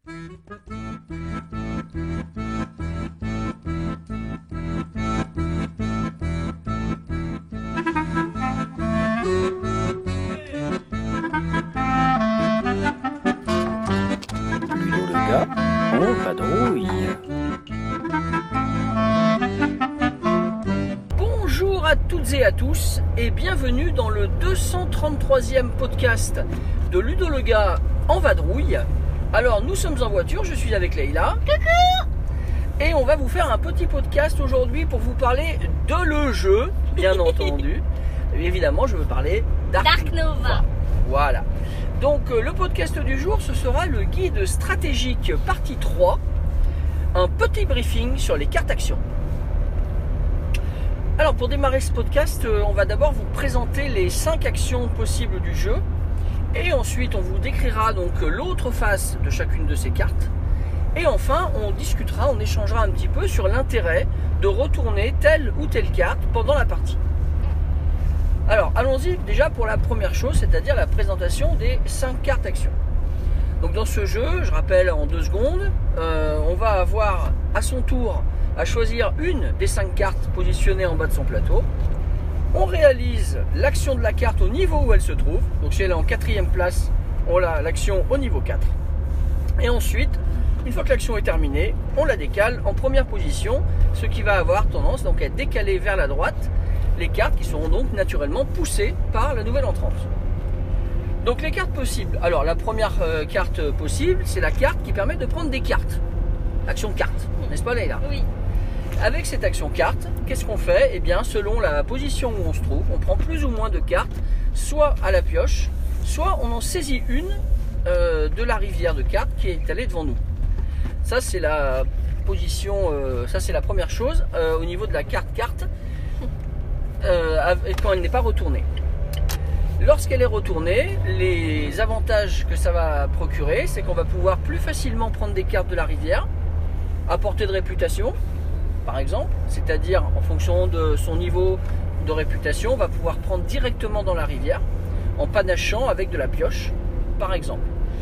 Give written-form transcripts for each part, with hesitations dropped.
Ludo le gars, en vadrouille. Bonjour à toutes et à tous et bienvenue dans le 233e podcast de Ludo le gars en vadrouille. Alors nous sommes en voiture, je suis avec Leïla. Coucou. Et on va vous faire un petit podcast aujourd'hui pour vous parler de le jeu, bien entendu. Et évidemment, je veux parler Dark Nova. Voilà. Donc le podcast du jour, ce sera le guide stratégique partie 3, un petit briefing sur les cartes actions. Alors pour démarrer ce podcast, on va d'abord vous présenter les 5 actions possibles du jeu et ensuite on vous décrira donc l'autre face de chacune de ces cartes et enfin on discutera, on échangera un petit peu sur l'intérêt de retourner telle ou telle carte pendant la partie. Alors allons-y déjà pour la première chose, c'est-à-dire la présentation des 5 cartes actions. Donc dans ce jeu, je rappelle en 2 secondes, on va avoir à son tour à choisir une des 5 cartes positionnées en bas de son plateau. On réalise l'action de la carte au niveau où elle se trouve. Donc si elle est en 4e place, on a l'action au niveau 4. Et ensuite, une fois que l'action est terminée, on la décale en première position, ce qui va avoir tendance donc à être décalé vers la droite, les cartes qui seront donc naturellement poussées par la nouvelle entrante. Donc les cartes possibles. Alors la première carte possible, c'est la carte qui permet de prendre des cartes. Action carte, n'est-ce pas Leïla ? Oui. Avec cette action carte, qu'est-ce qu'on fait ? Eh bien, selon la position où on se trouve, on prend plus ou moins de cartes, soit à la pioche, soit on en saisit une de la rivière de cartes qui est étalée devant nous. Ça, c'est la position, ça c'est la première chose au niveau de la carte quand elle n'est pas retournée. Lorsqu'elle est retournée, les avantages que ça va procurer, c'est qu'on va pouvoir plus facilement prendre des cartes de la rivière à portée de réputation, par exemple, c'est-à-dire en fonction de son niveau de réputation, on va pouvoir prendre directement dans la rivière en panachant avec de la pioche, par exemple.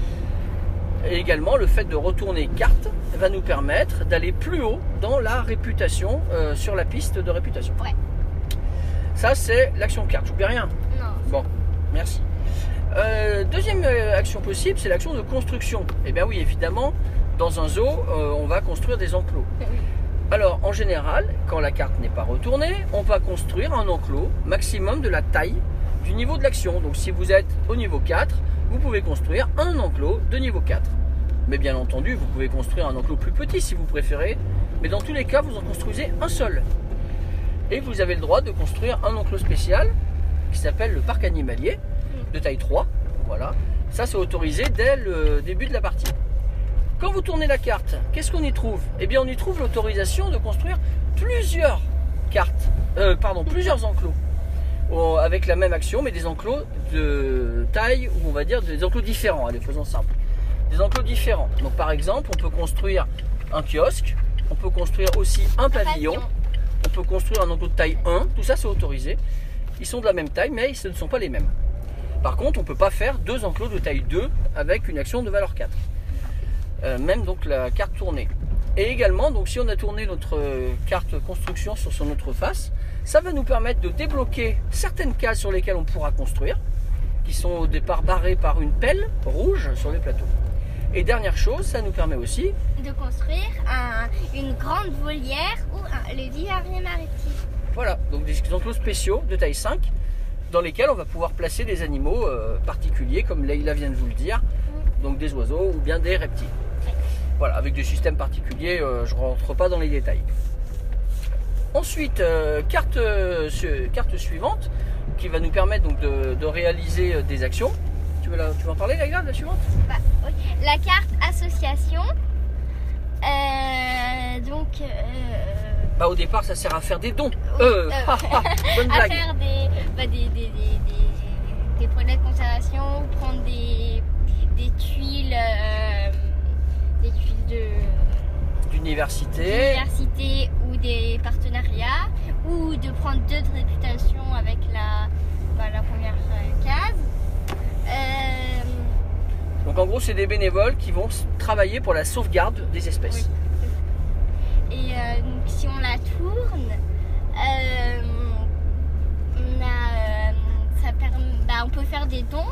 Et également, le fait de retourner carte va nous permettre d'aller plus haut dans la réputation, sur la piste de réputation. Ouais. Ça, c'est l'action carte. Je n'oublie rien. Non. Bon, merci. Deuxième action possible, c'est l'action de construction. Eh bien oui, évidemment, dans un zoo, on va construire des enclos. Alors, en général, quand la carte n'est pas retournée, on va construire un enclos maximum de la taille du niveau de l'action. Donc, si vous êtes au niveau 4, vous pouvez construire un enclos de niveau 4. Mais bien entendu, vous pouvez construire un enclos plus petit si vous préférez. Mais dans tous les cas, vous en construisez un seul. Et vous avez le droit de construire un enclos spécial qui s'appelle le parc animalier de taille 3. Voilà. Ça, c'est autorisé dès le début de la partie. Quand vous tournez la carte, qu'est-ce qu'on y trouve ? Eh bien, on y trouve l'autorisation de construire plusieurs cartes, plusieurs enclos avec la même action, mais des enclos de taille, ou on va dire des enclos différents. Allez, faisons simple. Des enclos différents. Donc, par exemple, on peut construire un kiosque, on peut construire aussi un pavillon, on peut construire un enclos de taille 1. Tout ça, c'est autorisé. Ils sont de la même taille, mais ce ne sont pas les mêmes. Par contre, on ne peut pas faire 2 enclos de taille 2 avec une action de valeur 4. Même donc la carte tournée. Et également, donc si on a tourné notre carte construction sur son autre face, ça va nous permettre de débloquer certaines cases sur lesquelles on pourra construire, qui sont au départ barrées par une pelle rouge sur les plateaux. Et dernière chose, ça nous permet aussi de construire une grande volière ou le vivarium maritime. Voilà, donc des enclos spéciaux de taille 5 dans lesquels on va pouvoir placer des animaux particuliers, comme Leïla vient de vous le dire, donc des oiseaux ou bien des reptiles. Voilà, avec des systèmes particuliers, je ne rentre pas dans les détails. Ensuite, carte suivante, qui va nous permettre donc de réaliser des actions. Tu veux en parler, Leïla, de la suivante ? Oui. La carte association. Au départ, ça sert à faire des dons. Bonne blague. À faire des projets de conservation, prendre des tuiles d'université ou des partenariats, ou de prendre 2 de réputation avec la première case. Donc en gros, c'est des bénévoles qui vont travailler pour la sauvegarde des espèces. Oui. Et donc, si on la tourne, on peut faire des dons.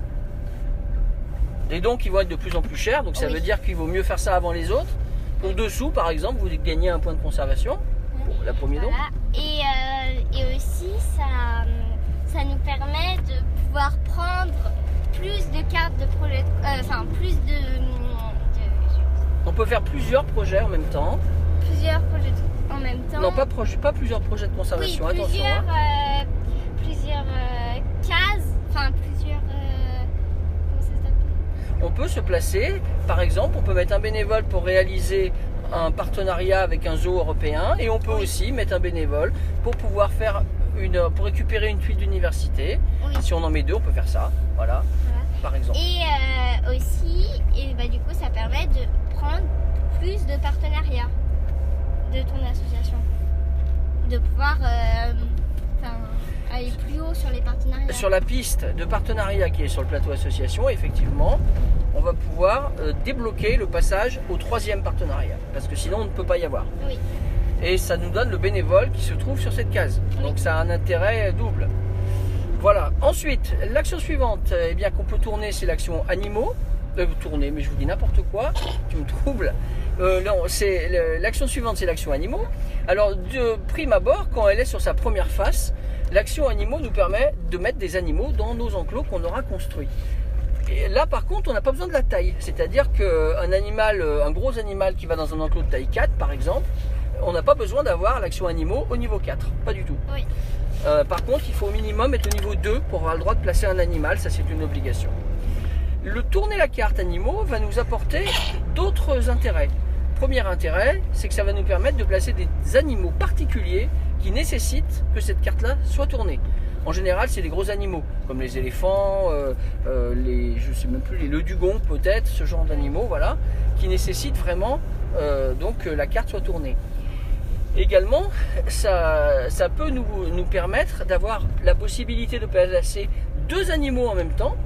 Des dons qui vont être de plus en plus chers, donc ça veut dire qu'il vaut mieux faire ça avant les autres. Pour dessous, par exemple, vous gagnez un point de conservation. Pour la première don. Et aussi, ça nous permet de pouvoir prendre plus de cartes de projet, plus de On peut faire plusieurs projets en même temps. Plusieurs projets en même temps. Non, pas plusieurs projets de conservation, oui, attention. Plusieurs cases, plusieurs... comment ça s'appelle ? On peut se placer, par exemple, on peut mettre un bénévole pour réaliser un partenariat avec un zoo européen et on peut aussi mettre un bénévole pour pouvoir faire pour récupérer une tuile d'université. Oui. Si on en met deux, on peut faire ça, voilà. Par exemple. Et aussi, du coup, ça permet de prendre plus de partenariats de ton association, de pouvoir aller plus haut sur les partenariats. Sur la piste de partenariat qui est sur le plateau association, effectivement, on va pouvoir débloquer le passage au 3e partenariat, parce que sinon on ne peut pas y avoir. Oui. Et ça nous donne le bénévole qui se trouve sur cette case. Donc ça a un intérêt double. Voilà. Ensuite, l'action suivante qu'on peut tourner, c'est l'action animaux. Tourner, mais je vous dis n'importe quoi, tu me troubles. L'action suivante, c'est l'action animaux. Alors, de prime abord, quand elle est sur sa première face, l'action animaux nous permet de mettre des animaux dans nos enclos qu'on aura construits. Et là, par contre, on n'a pas besoin de la taille. C'est-à-dire qu'un animal, un gros animal qui va dans un enclos de taille 4, par exemple, on n'a pas besoin d'avoir l'action animaux au niveau 4. Pas du tout. Oui. Par contre, il faut au minimum être au niveau 2 pour avoir le droit de placer un animal. Ça, c'est une obligation. Le tourner la carte animaux va nous apporter d'autres intérêts. Premier intérêt, c'est que ça va nous permettre de placer des animaux particuliers qui nécessitent que cette carte-là soit tournée. En général, c'est des gros animaux, comme les éléphants, je sais même plus, les ledugons peut-être, ce genre d'animaux, voilà, qui nécessitent vraiment que la carte soit tournée. Également, ça peut nous permettre d'avoir la possibilité de placer 2 animaux en même temps,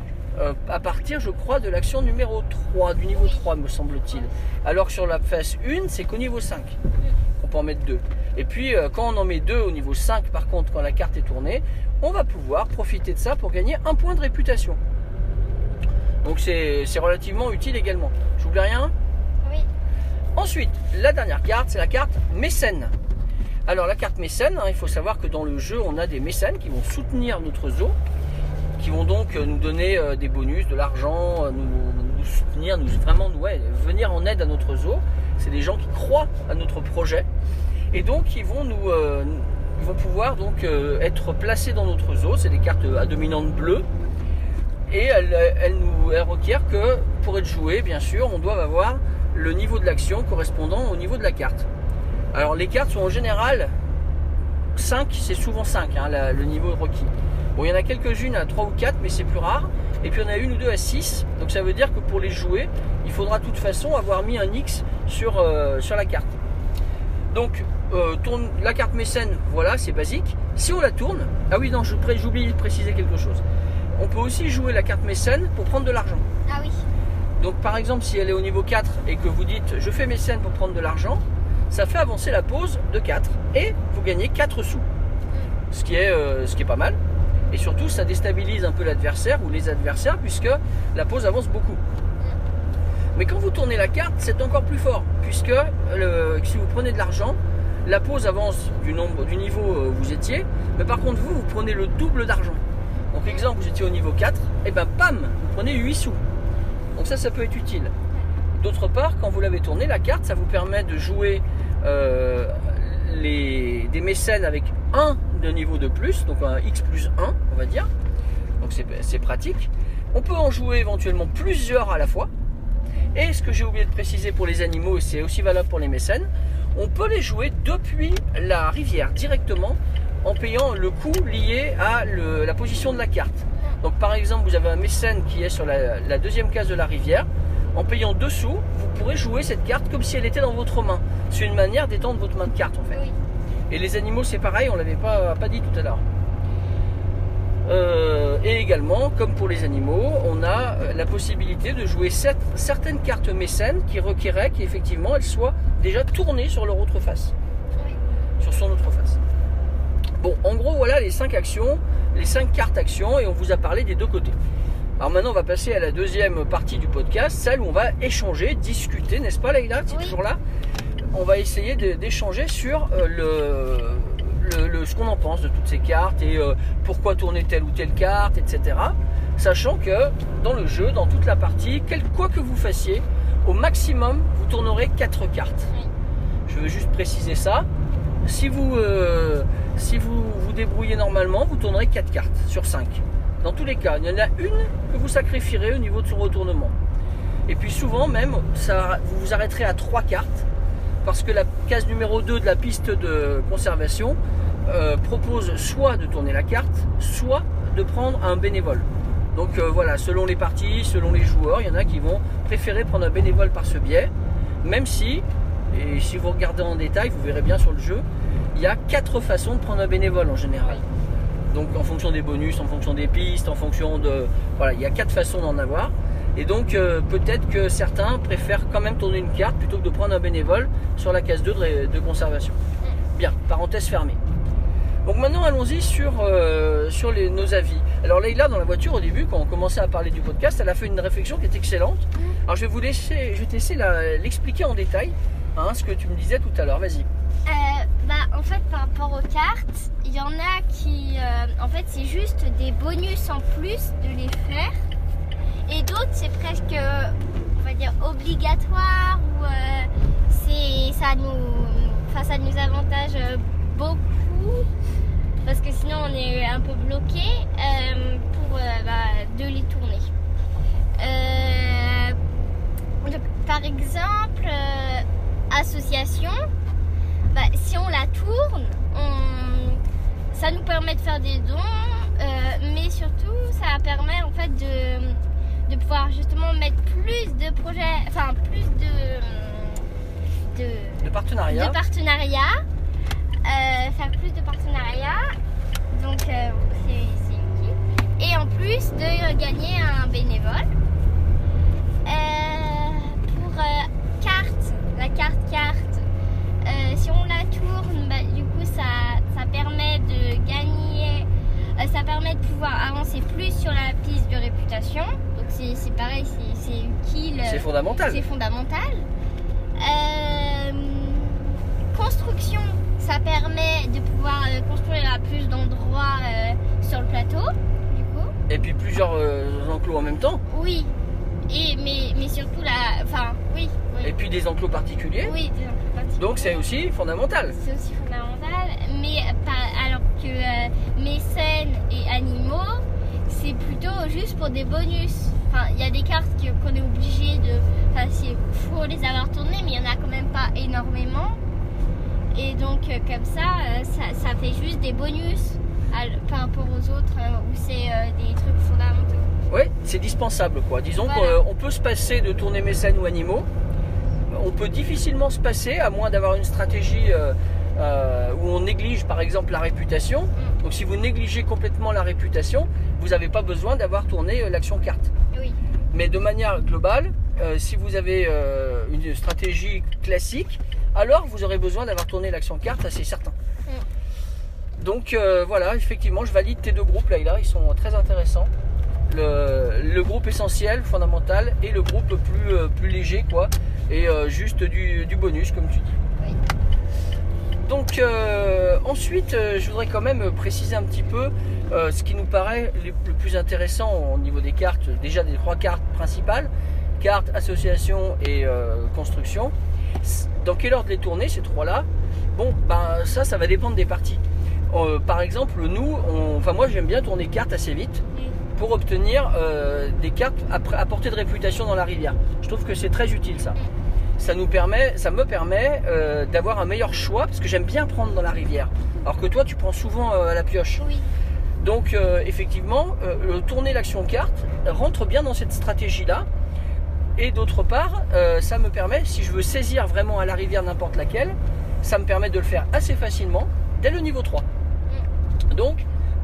à partir, je crois, de l'action numéro 3, du niveau 3, me semble-t-il. Alors que sur la phase 1, c'est qu'au niveau 5 qu'on peut en mettre 2. Et puis, quand on en met 2 au niveau 5, par contre, quand la carte est tournée, on va pouvoir profiter de ça pour gagner un point de réputation. Donc, c'est relativement utile également. J'oublie rien ? Oui. Ensuite, la dernière carte, c'est la carte mécène. Alors, la carte mécène, il faut savoir que dans le jeu, on a des mécènes qui vont soutenir notre zoo, qui vont donc nous donner des bonus, de l'argent, nous soutenir, venir en aide à notre zoo. C'est des gens qui croient à notre projet et donc ils vont pouvoir être placés dans notre zoo. C'est des cartes à dominante bleue et elles requièrent que pour être jouées, bien sûr, on doit avoir le niveau de l'action correspondant au niveau de la carte. Alors les cartes sont en général 5, c'est souvent 5 le niveau requis. Bon, il y en a quelques-unes à 3 ou 4, mais c'est plus rare. Et puis il y en a 1 ou 2 à 6. Donc ça veut dire que pour les jouer, il faudra de toute façon avoir mis un X sur la carte. Donc la carte mécène, voilà, c'est basique. Si on la tourne, ah oui, non, j'oublie de préciser quelque chose. On peut aussi jouer la carte mécène pour prendre de l'argent. Ah oui. Donc par exemple, si elle est au niveau 4 et que vous dites je fais mécène pour prendre de l'argent, ça fait avancer la pause de 4 et vous gagnez 4 sous. Ce qui est pas mal. Et surtout, ça déstabilise un peu l'adversaire ou les adversaires puisque la pause avance beaucoup. Mais quand vous tournez la carte, c'est encore plus fort puisque si vous prenez de l'argent, la pause avance du niveau où vous étiez, mais par contre vous prenez le double d'argent. Donc exemple, vous étiez au niveau 4, et ben bam, vous prenez 8 sous. Donc ça peut être utile. D'autre part, quand vous l'avez tourné, la carte, ça vous permet de jouer des mécènes avec 1 de niveau de plus, donc un X plus 1, on va dire. Donc c'est pratique. On peut en jouer éventuellement plusieurs à la fois. Et ce que j'ai oublié de préciser pour les animaux, et c'est aussi valable pour les mécènes, on peut les jouer depuis la rivière directement en payant le coût lié à la position de la carte. Donc par exemple, vous avez un mécène qui est sur la deuxième case de la rivière. En payant 2 sous, vous pourrez jouer cette carte comme si elle était dans votre main. C'est une manière d'étendre votre main de carte en fait. Oui. Et les animaux, c'est pareil, on ne l'avait pas dit tout à l'heure. Et également, comme pour les animaux, on a la possibilité de jouer certaines cartes mécènes qui requéraient qu'effectivement elles soient déjà tournées sur leur autre face. Oui. Sur son autre face. Bon, en gros, voilà les 5 actions, les 5 cartes actions, et on vous a parlé des deux côtés. Alors maintenant, on va passer à la deuxième partie du podcast, celle où on va échanger, discuter, n'est-ce pas Leïla? Tu es toujours là? On va essayer d'échanger sur ce qu'on en pense de toutes ces cartes et pourquoi tourner telle ou telle carte, etc. Sachant que dans le jeu, dans toute la partie, quoi que vous fassiez, au maximum, vous tournerez 4 cartes. Oui. Je veux juste préciser ça. Si vous vous débrouillez normalement, vous tournerez 4 cartes sur 5. Dans tous les cas, il y en a une que vous sacrifierez au niveau de son retournement. Et puis souvent même, vous vous arrêterez à 3 cartes parce que la case numéro 2 de la piste de conservation propose soit de tourner la carte, soit de prendre un bénévole. Donc voilà, selon les parties, selon les joueurs, il y en a qui vont préférer prendre un bénévole par ce biais, même si, et si vous regardez en détail, vous verrez bien sur le jeu, il y a 4 façons de prendre un bénévole en général. Donc en fonction des bonus, en fonction des pistes, en fonction de... Voilà, il y a 4 façons d'en avoir. Et donc peut-être que certains préfèrent quand même tourner une carte plutôt que de prendre un bénévole sur la case 2 de conservation. Bien, parenthèse fermée. Donc maintenant allons-y sur nos avis. Alors Leïla, dans la voiture au début, quand on commençait à parler du podcast, elle a fait une réflexion qui est excellente. Alors je vais te laisser l'expliquer en détail, hein, ce que tu me disais tout à l'heure, vas-y. En fait, par rapport aux cartes, il y en a qui, en fait, c'est juste des bonus en plus de les faire. Et d'autres, c'est presque, on va dire, obligatoire ou ça nous avantage beaucoup parce que sinon on est un peu bloqué de les tourner. Par exemple, association, si on la tourne, ça nous permet de faire des dons, mais surtout ça permet en fait de pouvoir justement mettre plus de projets, enfin plus de partenariats. Faire plus de partenariats, donc c'est utile. Et en plus de gagner un bénévole. Pour la carte, si on la tourne, du coup ça permet de gagner, ça permet de pouvoir avancer plus sur la piste de réputation. Donc c'est pareil, c'est utile. C'est fondamental. C'est fondamental. Construction, ça permet de pouvoir construire à plus d'endroits sur le plateau, du coup. Et puis plusieurs enclos en même temps. Oui. Mais surtout oui. Et puis des enclos particuliers. Oui, des enclos particuliers. Donc c'est aussi fondamental. C'est aussi fondamental, mais alors que mécènes et animaux, c'est plutôt juste pour des bonus. Enfin, il y a des cartes qu'on est obligé de... Enfin, il faut les avoir tournées, mais il n'y en a quand même pas énormément. Et donc, comme ça fait juste des bonus par rapport aux autres où c'est des trucs fondamentaux. Oui, c'est dispensable quoi. Disons voilà. qu'on peut se passer de tourner mécènes ou animaux. On peut difficilement se passer, à moins d'avoir une stratégie où on néglige par exemple la réputation. Donc si vous négligez complètement la réputation, vous n'avez pas besoin d'avoir tourné l'action carte. Oui. Mais de manière globale, si vous avez une stratégie classique, alors vous aurez besoin d'avoir tourné l'action carte, c'est certain. Donc voilà, effectivement, je valide tes deux groupes là, ils sont très intéressants. Le groupe essentiel, fondamental, et le groupe plus léger quoi, et juste du bonus comme tu dis. Oui. Donc ensuite, je voudrais quand même préciser un petit peu ce qui nous paraît le plus intéressant au niveau des cartes, déjà des 3 cartes principales, carte, association et construction. Dans quelle ordre les tourner ces 3-là? Bon, ça va dépendre des parties. Par exemple, moi j'aime bien tourner cartes assez vite pour obtenir des cartes à portée de réputation dans la rivière. Je trouve que c'est très utile ça. Ça me permet d'avoir un meilleur choix parce que j'aime bien prendre dans la rivière. Alors que toi tu prends souvent à la pioche. Oui. Donc effectivement, tourner l'action carte rentre bien dans cette stratégie-là. Et d'autre part, ça me permet, si je veux saisir vraiment à la rivière n'importe laquelle, ça me permet de le faire assez facilement dès le niveau 3. Donc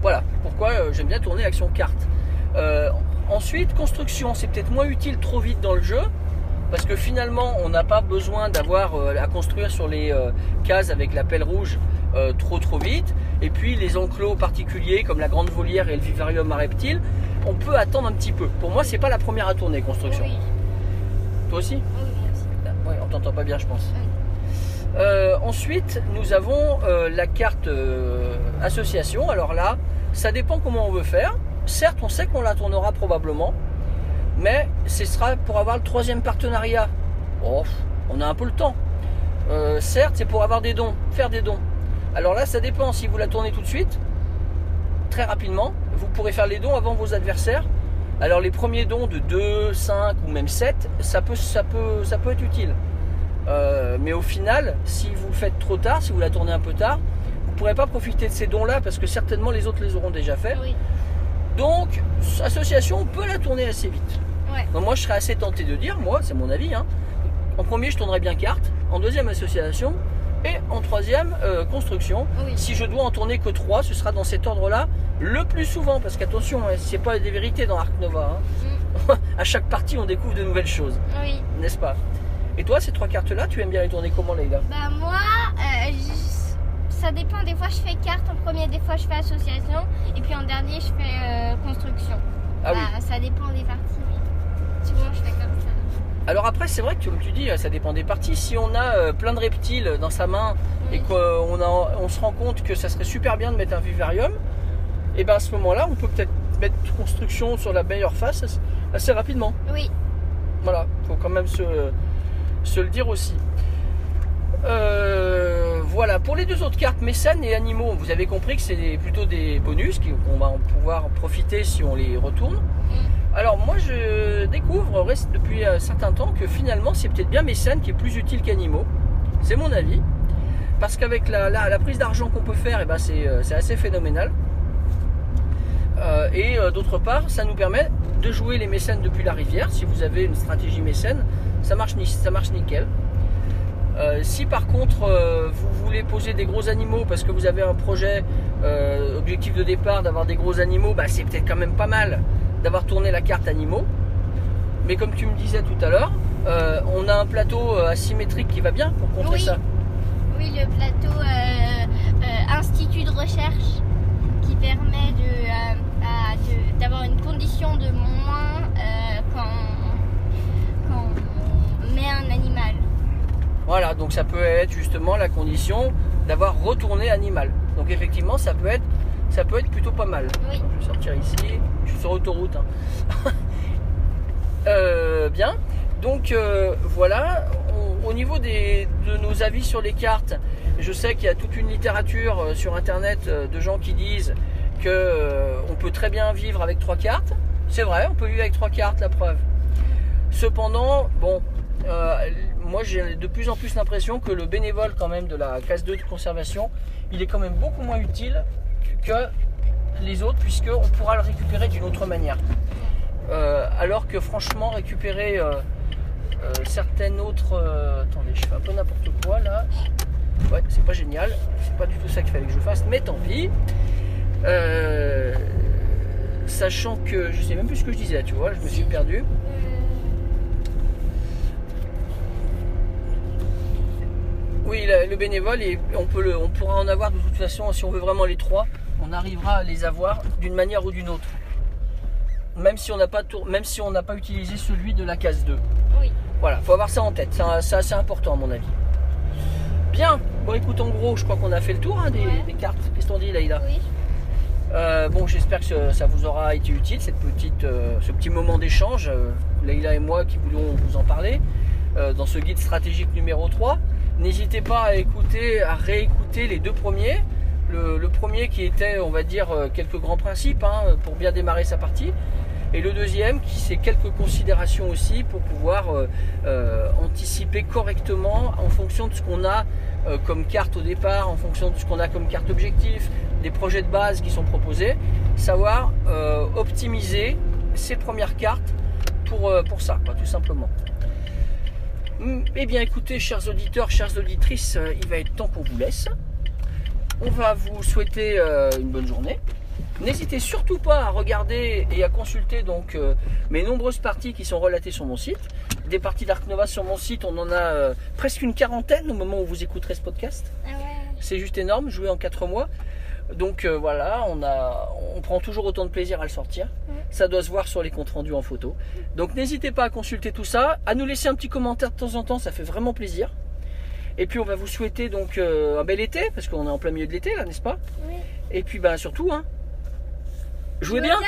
Voilà pourquoi j'aime bien tourner action carte. Ensuite, construction, c'est peut-être moins utile trop vite dans le jeu, parce que finalement, on n'a pas besoin d'avoir à construire sur les cases avec la pelle rouge trop vite. Et puis les enclos particuliers comme la grande volière et le vivarium à reptiles, on peut attendre un petit peu. Pour moi, c'est pas la première à tourner, construction. Oui. Toi aussi? Oui, moi aussi. Oui, on t'entend pas bien, je pense. Oui. Ensuite, nous avons la carte association. Alors là, ça dépend comment on veut faire. Certes, on sait qu'on la tournera probablement, mais ce sera pour avoir le 3e partenariat. Oh, on a un peu le temps. Certes, c'est pour avoir des dons, faire des dons. Alors là, ça dépend. Si vous la tournez tout de suite, très rapidement, vous pourrez faire les dons avant vos adversaires. Alors les premiers dons de 2, 5 ou même 7, ça peut être utile. Mais au final, si vous le faites trop tard, si vous la tournez un peu tard, vous ne pourrez pas profiter de ces dons-là parce que certainement les autres les auront déjà fait. Oui. Donc, association, on peut la tourner assez vite. Ouais. Donc moi, je serais assez tenté de dire, moi, c'est mon avis, hein, en premier, je tournerais bien carte, en deuxième, association, et en troisième, construction. Oui. Si je dois en tourner que 3, ce sera dans cet ordre-là le plus souvent, parce qu'attention, hein, c'est pas des vérités dans Ark Nova. Hein. À chaque partie, on découvre de nouvelles choses, Oui. n'est-ce pas? Et toi, ces 3 cartes-là, tu aimes bien les tourner comment, Leïla? Bah moi, ça dépend. Des fois, je fais carte en premier, des fois, je fais association, et puis en dernier, je fais construction. Ah bah, oui. Ça dépend des parties. Mais souvent, je fais comme ça. Alors après, c'est vrai que comme tu dis, ça dépend des parties. Si on a plein de reptiles dans sa main et qu'on se rend compte que ça serait super bien de mettre un vivarium, et bien à ce moment-là, on peut peut-être mettre construction sur la meilleure face assez rapidement. Oui. Voilà, il faut quand même se le dire aussi. Voilà, pour les 2 autres cartes, mécènes et animaux, vous avez compris que c'est plutôt des bonus qu'on va en pouvoir profiter si on les retourne. Alors moi je découvre depuis un certain temps que finalement c'est peut-être bien mécène qui est plus utile qu'animaux. C'est mon avis. Parce qu'avec la prise d'argent qu'on peut faire, eh ben c'est assez phénoménal. D'autre part, ça nous permet de jouer les mécènes depuis la rivière. Si vous avez une stratégie mécène, ça marche nickel. Si par contre vous voulez poser des gros animaux parce que vous avez un projet objectif de départ d'avoir des gros animaux, bah, c'est peut-être quand même pas mal d'avoir tourné la carte animaux. Mais comme tu me disais tout à l'heure, on a un plateau asymétrique qui va bien pour contrer ça. Oui, le plateau Institut de recherche qui permet d'avoir une condition de moins quand on met un animal. Voilà, donc ça peut être justement la condition d'avoir retourné animal. Donc effectivement, ça peut être plutôt pas mal. Oui. Donc, je vais sortir ici, je suis sur autoroute. Hein. Bien, donc voilà, au niveau de nos avis sur les cartes, je sais qu'il y a toute une littérature sur internet de gens qui disent qu'on peut très bien vivre avec 3 cartes. C'est vrai, on peut vivre avec 3 cartes, la preuve. Cependant, bon, moi j'ai de plus en plus l'impression que le bénévole quand même de la case 2 de conservation, il est quand même beaucoup moins utile que les autres, puisqu'on pourra le récupérer d'une autre manière. Alors que franchement, récupérer certaines autres... attendez, je fais un peu n'importe quoi là. Ouais, c'est pas génial. C'est pas du tout ça qu'il fallait que je fasse, mais tant pis. Sachant que je sais même plus ce que je disais, tu vois, je me suis perdu. Oui, le bénévole, et on pourra en avoir de toute façon, si on veut vraiment les 3, on arrivera à les avoir d'une manière ou d'une autre. Même si on n'a pas utilisé celui de la case 2. Oui. Voilà, faut avoir ça en tête, c'est assez important à mon avis. Bien, bon écoute, en gros, je crois qu'on a fait le tour hein, des cartes. Qu'est-ce qu'on dit, Leïla? Oui. Bon, j'espère que ça vous aura été utile, ce petit moment d'échange, Leïla et moi qui voulons vous en parler, dans ce guide stratégique numéro 3. N'hésitez pas à réécouter les 2 premiers. Le premier qui était, on va dire, quelques grands principes hein, pour bien démarrer sa partie. Et le deuxième qui c'est quelques considérations aussi pour pouvoir anticiper correctement en fonction de ce qu'on a comme carte au départ, en fonction de ce qu'on a comme carte objectif, des projets de base qui sont proposés, savoir optimiser ces premières cartes pour ça, quoi, tout simplement. Eh bien écoutez, chers auditeurs, chères auditrices, il va être temps qu'on vous laisse. On va vous souhaiter une bonne journée. N'hésitez surtout pas à regarder et à consulter donc mes nombreuses parties qui sont relatées sur mon site. Des parties d'Ark Nova sur mon site, on en a presque une quarantaine au moment où vous écouterez ce podcast. Ah ouais. C'est juste énorme, joué en 4 mois. Donc voilà, on prend toujours autant de plaisir à le sortir. Ça doit se voir sur les comptes rendus en photo. Donc n'hésitez pas à consulter tout ça, à nous laisser un petit commentaire de temps en temps, ça fait vraiment plaisir. Et puis on va vous souhaiter donc un bel été, parce qu'on est en plein milieu de l'été là, n'est-ce pas? Oui. Et puis ben surtout, hein, jouez bien.